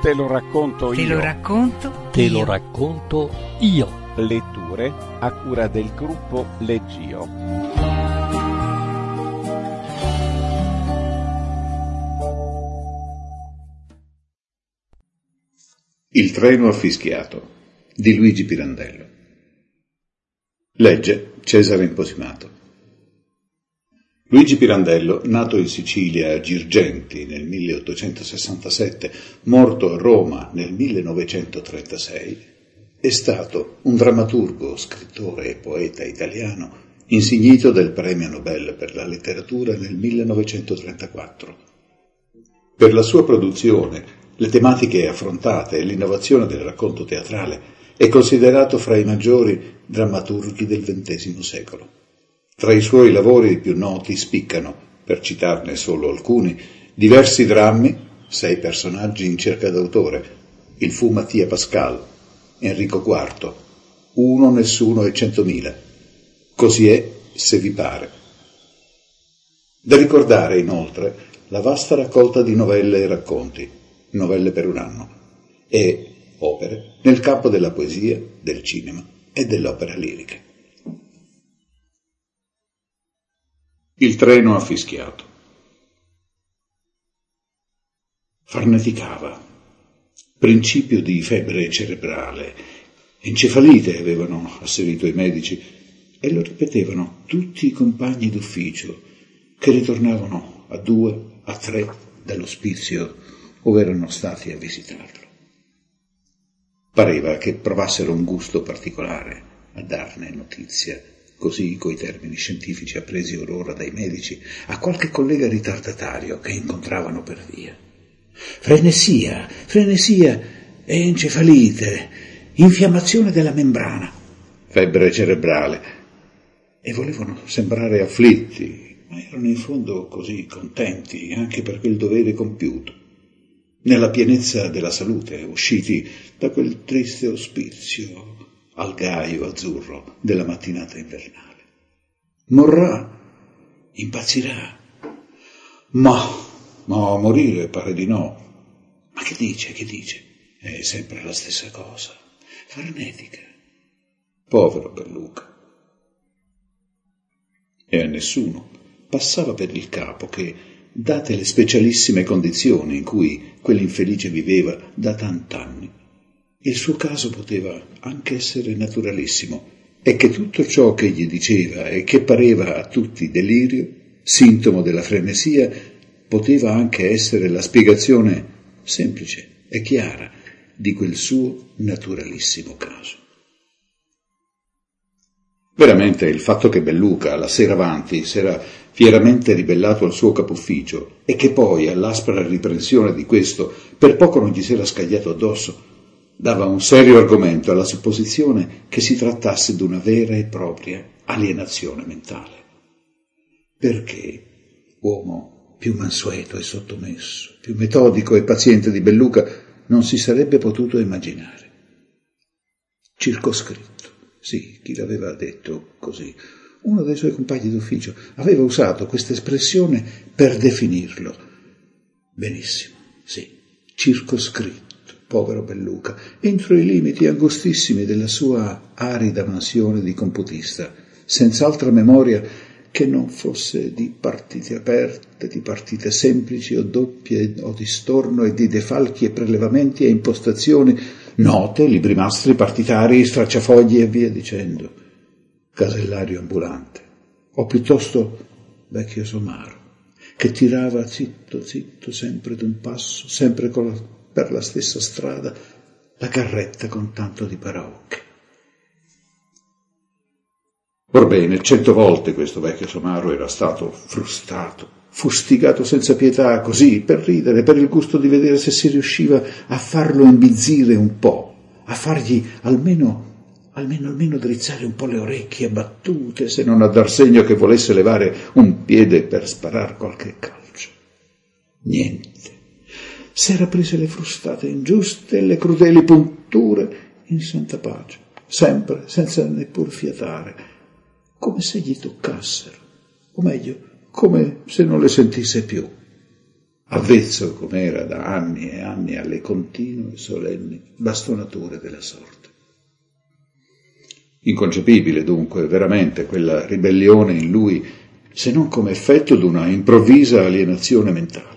Te lo racconto io. Te lo racconto Te io. lo racconto io. Letture a cura del gruppo Leggio. Il treno affischiato di Luigi Pirandello. Legge Cesare Imposimato. Luigi Pirandello, nato in Sicilia a Girgenti nel 1867, morto a Roma nel 1936, è stato un drammaturgo, scrittore e poeta italiano insignito del Premio Nobel per la letteratura nel 1934. Per la sua produzione, le tematiche affrontate e l'innovazione del racconto teatrale è considerato fra i maggiori drammaturghi del XX secolo. Tra i suoi lavori più noti spiccano, per citarne solo alcuni, diversi drammi, 6 personaggi in cerca d'autore, il fu Mattia Pascal, Enrico IV, Uno, Nessuno e 100.000, Così è, se vi pare. Da ricordare inoltre la vasta raccolta di novelle e racconti, novelle per un anno, e opere nel campo della poesia, del cinema e dell'opera lirica. Il treno affischiato. Farneticava, principio di febbre cerebrale, encefalite avevano asserito i medici e lo ripetevano tutti i compagni d'ufficio che ritornavano a 2, a 3 dall'ospizio ove erano stati a visitarlo. Pareva che provassero un gusto particolare a darne notizia, così coi termini scientifici appresi or ora dai medici, a qualche collega ritardatario che incontravano per via. Frenesia e encefalite, infiammazione della membrana, febbre cerebrale, e volevano sembrare afflitti, ma erano in fondo così contenti anche per quel dovere compiuto, nella pienezza della salute, usciti da quel triste ospizio al gaio azzurro della mattinata invernale. Morrà, impazzirà, ma morire pare di no. Ma che dice? È sempre la stessa cosa, frenetica. Povero Belluca. E a nessuno passava per il capo che, date le specialissime condizioni in cui quell'infelice viveva da tant'anni, il suo caso poteva anche essere naturalissimo e che tutto ciò che gli diceva e che pareva a tutti delirio, sintomo della frenesia, poteva anche essere la spiegazione semplice e chiara di quel suo naturalissimo caso. Veramente il fatto che Belluca, la sera avanti, s'era fieramente ribellato al suo capufficio e che poi, all'aspra riprensione di questo, per poco non gli s'era scagliato addosso, dava un serio argomento alla supposizione che si trattasse d'una vera e propria alienazione mentale. Perché, uomo più mansueto e sottomesso, più metodico e paziente di Belluca, non si sarebbe potuto immaginare. Circoscritto, sì, chi l'aveva detto così? Uno dei suoi compagni d'ufficio aveva usato questa espressione per definirlo. Benissimo, sì, circoscritto. Povero Belluca, entro i limiti angostissimi della sua arida mansione di computista, senz'altra memoria che non fosse di partite aperte, di partite semplici o doppie o di storno e di defalchi e prelevamenti e impostazioni, note, libri mastri, partitari, stracciafogli e via dicendo, casellario ambulante, o piuttosto vecchio somaro, che tirava zitto, sempre d'un passo, sempre per la stessa strada, la carretta con tanto di paraocchi. Orbene, 100 volte questo vecchio somaro era stato frustato, fustigato senza pietà, così, per ridere, per il gusto di vedere se si riusciva a farlo imbizzire un po', a fargli almeno drizzare un po' le orecchie battute, se non a dar segno che volesse levare un piede per sparar qualche calcio. Niente. S'era prese le frustate ingiuste e le crudeli punture in santa pace, sempre, senza neppur fiatare, come se gli toccassero, o meglio, come se non le sentisse più. avvezzo com'era da anni e anni alle continue solenni bastonature della sorte. Inconcepibile dunque veramente quella ribellione in lui, se non come effetto di una improvvisa alienazione mentale.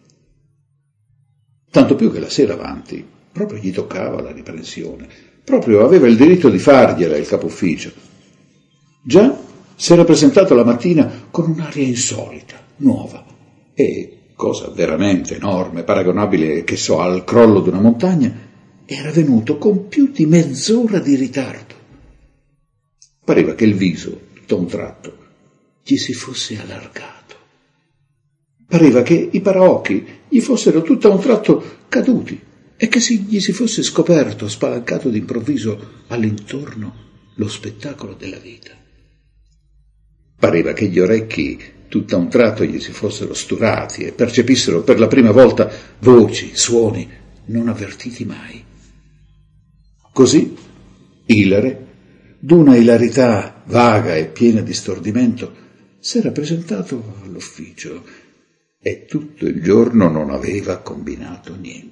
Tanto più che la sera avanti proprio gli toccava la riprensione, proprio aveva il diritto di fargliela il capo ufficio. Già s'era presentato la mattina con un'aria insolita, nuova, e, cosa veramente enorme, paragonabile, che so, al crollo d'una montagna, era venuto con più di mezz'ora di ritardo. Pareva che il viso, tutto a un tratto, gli si fosse allargato. Pareva che i paraocchi gli fossero tutto a un tratto caduti e che gli si fosse scoperto, spalancato d'improvviso all'intorno, lo spettacolo della vita. Pareva che gli orecchi tutto a un tratto gli si fossero sturati e percepissero per la prima volta voci, suoni non avvertiti mai. Così, ilare, d'una ilarità vaga e piena di stordimento, s'era presentato all'ufficio e tutto il giorno non aveva combinato niente.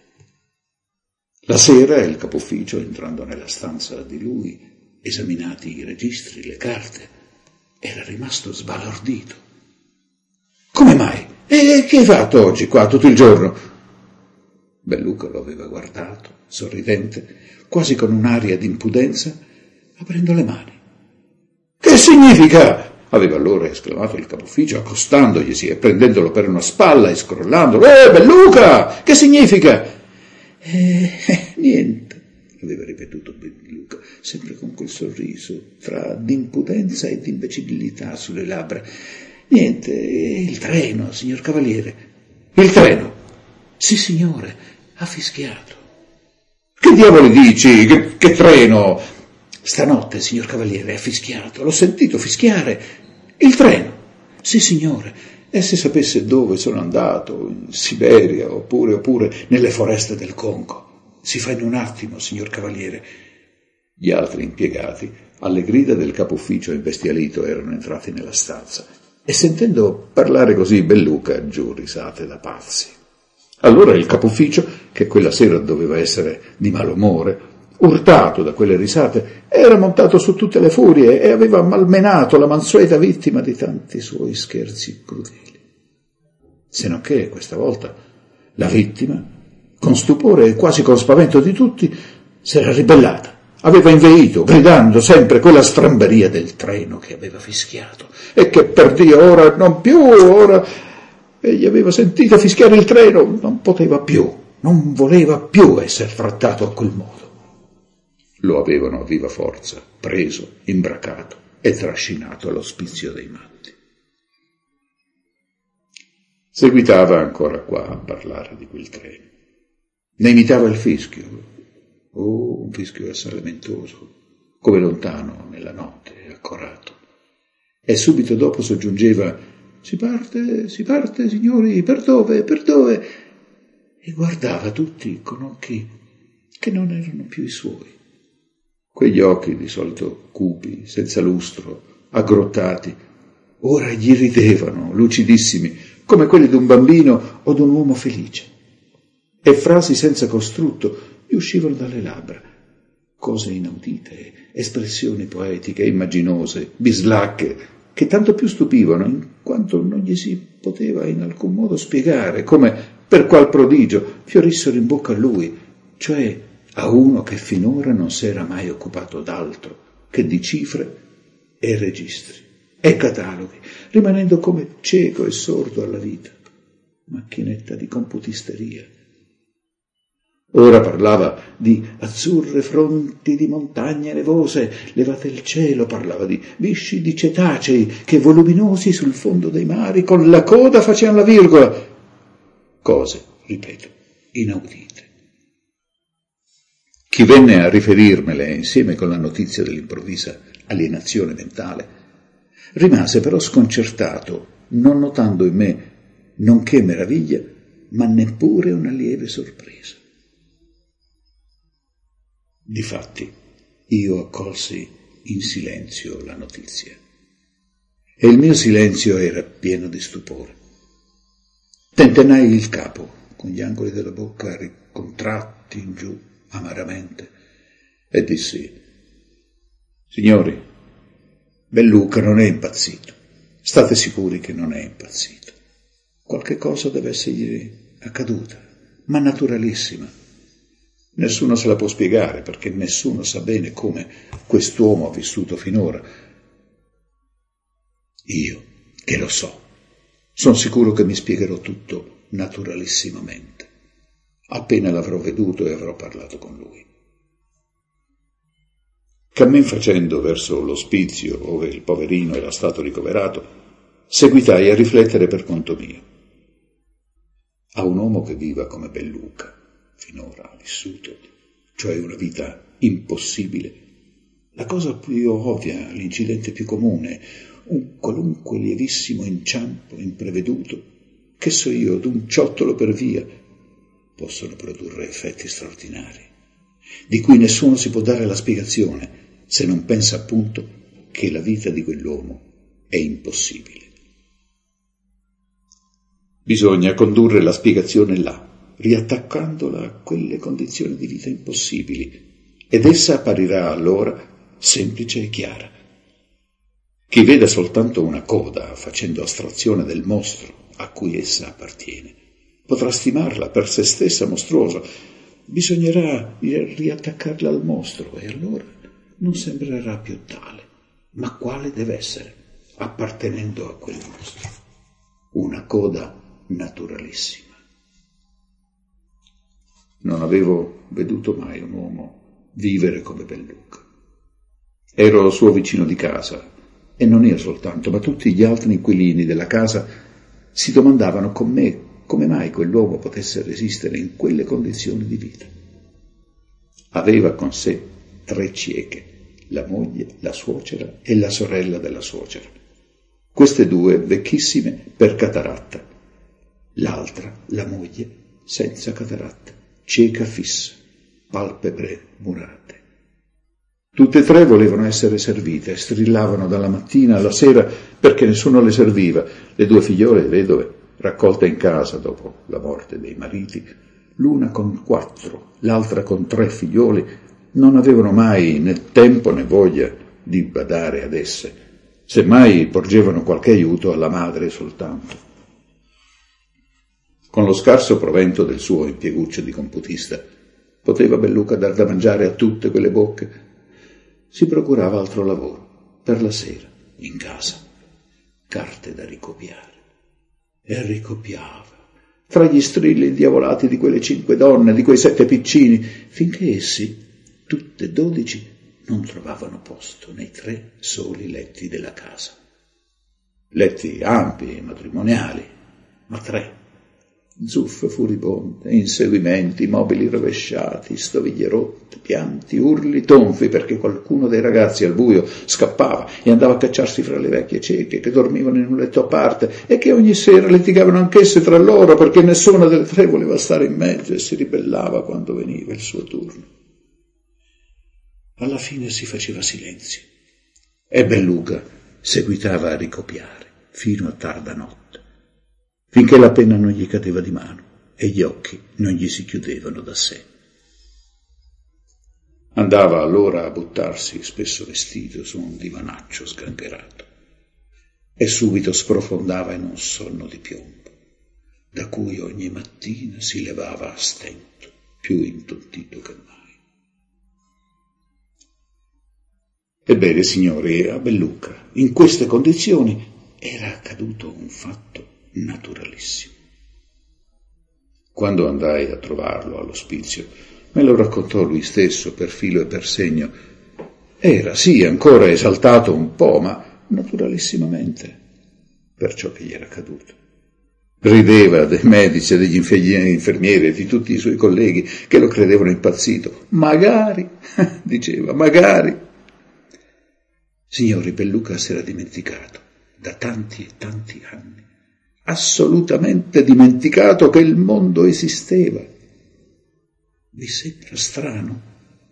La sera il capo ufficio, entrando nella stanza di lui, esaminati i registri, le carte, era rimasto sbalordito. «Come mai? E che hai fatto oggi qua tutto il giorno?» Belluca lo aveva guardato, sorridente, quasi con un'aria d'impudenza, aprendo le mani. «Che significa?» aveva allora esclamato il capo ufficio, accostandoglisi e prendendolo per una spalla e scrollandolo. Belluca! Che significa?» Niente», aveva ripetuto Belluca, sempre con quel sorriso, fra d'impudenza e d'imbecillità sulle labbra. «Niente, il treno, signor Cavaliere». «Il treno?» «Sì, signore, ha fischiato». «Che diavoli dici? Che treno?» «Stanotte, signor Cavaliere, ha fischiato. L'ho sentito fischiare. Il treno?» «Sì, signore. E se sapesse dove sono andato, in Siberia, oppure nelle foreste del Congo. Si fa in un attimo, signor Cavaliere». Gli altri impiegati, alle grida del capo ufficio imbestialito, erano entrati nella stanza e, sentendo parlare così Belluca, giù risate da pazzi. Allora il capo ufficio, che quella sera doveva essere di malumore, urtato da quelle risate, era montato su tutte le furie e aveva malmenato la mansueta vittima di tanti suoi scherzi crudeli. Se non che questa volta la vittima, con stupore e quasi con spavento di tutti, s'era ribellata. Aveva inveito, gridando sempre quella stramberia del treno che aveva fischiato e che per Dio ora non più, ora egli aveva sentito fischiare il treno, non poteva più, non voleva più essere trattato a quel modo. Lo avevano a viva forza preso, imbracato e trascinato all'ospizio dei matti. Seguitava ancora qua a parlare di quel treno. Ne imitava il fischio. Oh, un fischio assai lamentoso, come lontano nella notte, accorato. E subito dopo soggiungeva: si parte, signori, per dove, per dove?» E guardava tutti con occhi che non erano più i suoi. Quegli occhi di solito cupi, senza lustro, aggrottati, ora gli ridevano, lucidissimi, come quelli d'un bambino o d'un uomo felice. E frasi senza costrutto gli uscivano dalle labbra, cose inaudite, espressioni poetiche, immaginose, bislacche, che tanto più stupivano in quanto non gli si poteva in alcun modo spiegare, come per qual prodigio fiorissero in bocca a lui, cioè a uno che finora non s'era mai occupato d'altro che di cifre e registri e cataloghi, rimanendo come cieco e sordo alla vita, macchinetta di computisteria. Ora parlava di azzurre fronti di montagne nevose levate il cielo, parlava di viscidi cetacei che voluminosi sul fondo dei mari con la coda facevano la virgola. Cose, ripeto, inaudite. Chi venne a riferirmele insieme con la notizia dell'improvvisa alienazione mentale rimase però sconcertato, non notando in me nonché meraviglia, ma neppure una lieve sorpresa. Difatti, io accolsi in silenzio la notizia, e il mio silenzio era pieno di stupore. Tentenai il capo, con gli angoli della bocca ricontratti in giù amaramente, e dissi: signori, Belluca non è impazzito. State sicuri che non è impazzito. Qualche cosa deve essergli accaduta, ma naturalissima. Nessuno se la può spiegare, perché nessuno sa bene come quest'uomo ha vissuto finora. Io, che lo so, sono sicuro che mi spiegherò tutto naturalissimamente, appena l'avrò veduto e avrò parlato con lui. Cammin facendo verso l'ospizio, ove il poverino era stato ricoverato, seguitai a riflettere per conto mio. A un uomo che viva come Belluca finora ha vissuto, cioè una vita impossibile, la cosa più ovvia, l'incidente più comune, un qualunque lievissimo inciampo impreveduto, che so io, d'un ciottolo per via, possono produrre effetti straordinari, di cui nessuno si può dare la spiegazione, se non pensa appunto che la vita di quell'uomo è impossibile. Bisogna condurre la spiegazione là, riattaccandola a quelle condizioni di vita impossibili, ed essa apparirà allora semplice e chiara. Chi veda soltanto una coda, facendo astrazione del mostro a cui essa appartiene, potrà stimarla per se stessa mostruosa. Bisognerà riattaccarla al mostro, e allora non sembrerà più tale, ma quale deve essere, appartenendo a quel mostro. Una coda naturalissima. Non avevo veduto mai un uomo vivere come Belluca. Ero suo vicino di casa, e non io soltanto, ma tutti gli altri inquilini della casa si domandavano con me come mai quell'uomo potesse resistere in quelle condizioni di vita. Aveva con sé 3 cieche, la moglie, la suocera e la sorella della suocera. Queste 2 vecchissime per cataratta, l'altra, la moglie, senza cataratta, cieca fissa, palpebre murate. Tutte e 3 volevano essere servite e strillavano dalla mattina alla sera perché nessuno le serviva. Le 2 figliole vedove, raccolte in casa dopo la morte dei mariti, l'una con 4, l'altra con 3 figlioli, non avevano mai né tempo né voglia di badare ad esse, semmai porgevano qualche aiuto alla madre soltanto. Con lo scarso provento del suo impieguccio di computista, poteva Belluca dar da mangiare a tutte quelle bocche. Si procurava altro lavoro, per la sera, in casa, carte da ricopiare. E ricopiava, fra gli strilli indiavolati di quelle 5 donne, di quei 7 piccini, finché essi, tutte 12, non trovavano posto nei 3 soli letti della casa. Letti ampi e matrimoniali, ma 3. Zuffe furibonde, inseguimenti, mobili rovesciati, stoviglie rotte, pianti, urli tonfi perché qualcuno dei ragazzi al buio scappava e andava a cacciarsi fra le vecchie cieche che dormivano in un letto a parte e che ogni sera litigavano anch'esse tra loro perché nessuna delle 3 voleva stare in mezzo e si ribellava quando veniva il suo turno. Alla fine si faceva silenzio e Belluca seguitava a ricopiare fino a tarda notte, finché la penna non gli cadeva di mano e gli occhi non gli si chiudevano da sé. Andava allora a buttarsi, spesso vestito, su un divanaccio sgangherato e subito sprofondava in un sonno di piombo, da cui ogni mattina si levava a stento, più intontito che mai. Ebbene, signori, a Belluca, in queste condizioni, era accaduto un fatto naturalissimo. Quando andai a trovarlo all'ospizio, me lo raccontò lui stesso per filo e per segno. Era, sì, ancora esaltato un po', ma naturalissimamente, per ciò che gli era accaduto. Rideva dei medici e degli infermieri e di tutti i suoi colleghi che lo credevano impazzito. Magari, diceva, magari. Signori, Belluca si era dimenticato, da tanti e tanti anni, assolutamente dimenticato che il mondo esisteva. Vi sembra strano?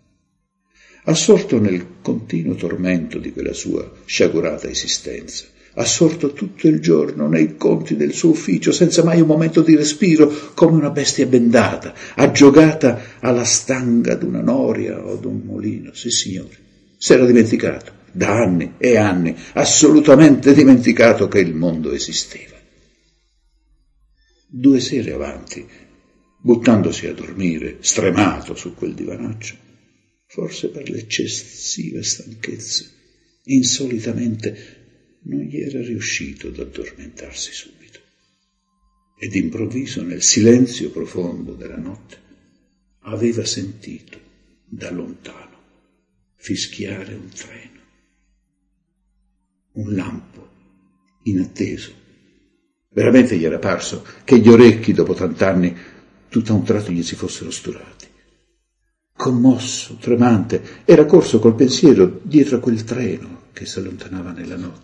Assorto nel continuo tormento di quella sua sciagurata esistenza, assorto tutto il giorno nei conti del suo ufficio, senza mai un momento di respiro, come una bestia bendata, aggiogata alla stanga d'una noria o d'un mulino. Sì, signore, s'era dimenticato, da anni e anni, assolutamente dimenticato che il mondo esisteva. 2 sere avanti, buttandosi a dormire, stremato su quel divanaccio, forse per l'eccessiva stanchezza, insolitamente non gli era riuscito ad addormentarsi subito. Ed improvviso, nel silenzio profondo della notte, aveva sentito da lontano fischiare un treno, un lampo inatteso. Veramente gli era parso che gli orecchi, dopo tant'anni, tutto a un tratto gli si fossero sturati. Commosso, tremante, era corso col pensiero dietro a quel treno che si allontanava nella notte.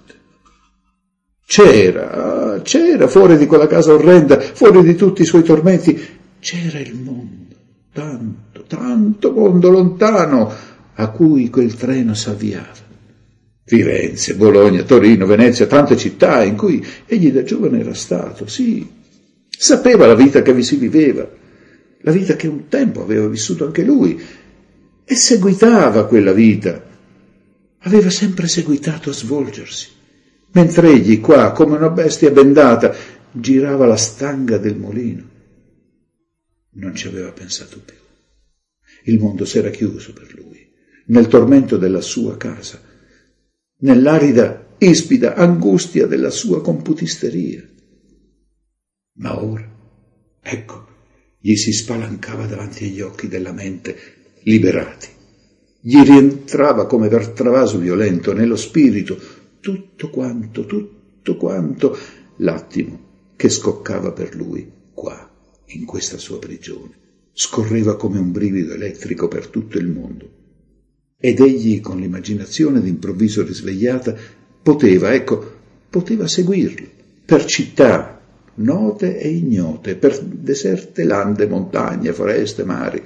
C'era fuori di quella casa orrenda, fuori di tutti i suoi tormenti, c'era il mondo, tanto mondo lontano a cui quel treno s'avviava. Firenze, Bologna, Torino, Venezia, tante città in cui egli da giovane era stato, sì, sapeva la vita che vi si viveva, la vita che un tempo aveva vissuto anche lui, e seguitava quella vita, aveva sempre seguitato a svolgersi, mentre egli qua, come una bestia bendata, girava la stanga del mulino. Non ci aveva pensato più. Il mondo s'era chiuso per lui, nel tormento della sua casa, nell'arida, ispida angustia della sua computisteria. Ma ora, ecco, gli si spalancava davanti agli occhi della mente, liberati. Gli rientrava come per travaso violento nello spirito tutto quanto, l'attimo che scoccava per lui qua, in questa sua prigione, scorreva come un brivido elettrico per tutto il mondo. Ed egli, con l'immaginazione d'improvviso risvegliata, poteva seguirlo, per città note e ignote, per deserte lande, montagne, foreste, mari.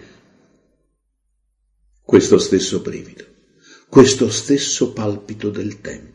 Questo stesso brivido, questo stesso palpito del tempo.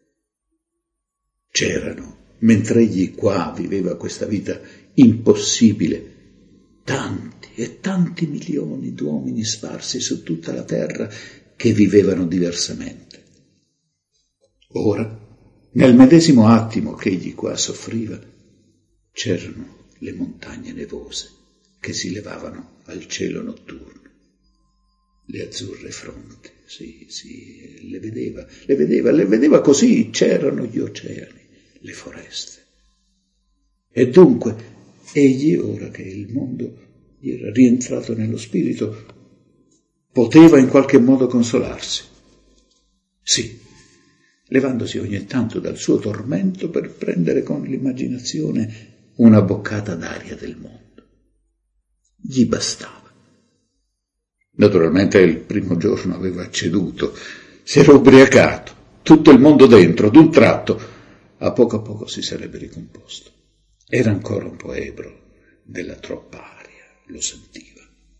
C'erano, mentre egli qua viveva questa vita impossibile, tanti e tanti milioni d'uomini sparsi su tutta la terra che vivevano diversamente. Ora, nel medesimo attimo che egli qua soffriva, c'erano le montagne nevose che si levavano al cielo notturno, le azzurre fronte, sì, le vedeva così, c'erano gli oceani, le foreste. E dunque, egli, ora che il mondo gli era rientrato nello spirito, poteva in qualche modo consolarsi. Sì, levandosi ogni tanto dal suo tormento per prendere con l'immaginazione una boccata d'aria del mondo. Gli bastava. Naturalmente il primo giorno aveva ceduto, si era ubriacato, tutto il mondo dentro, d'un tratto. A poco si sarebbe ricomposto. Era ancora un po' ebro della troppa aria, lo sentiva.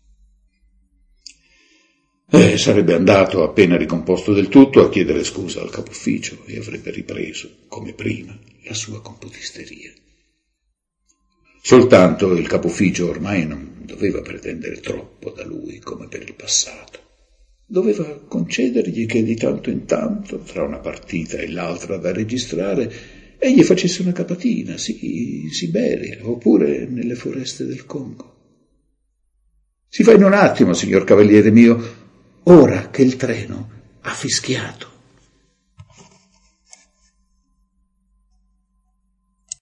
Sarebbe andato, appena ricomposto del tutto, a chiedere scusa al capo ufficio e avrebbe ripreso, come prima, la sua computisteria. Soltanto il capo ufficio ormai non doveva pretendere troppo da lui come per il passato. Doveva concedergli che di tanto in tanto, tra una partita e l'altra da registrare, egli facesse una capatina, sì, in Siberia, oppure nelle foreste del Congo. Si fa in un attimo, signor cavaliere mio, ora che il treno ha fischiato.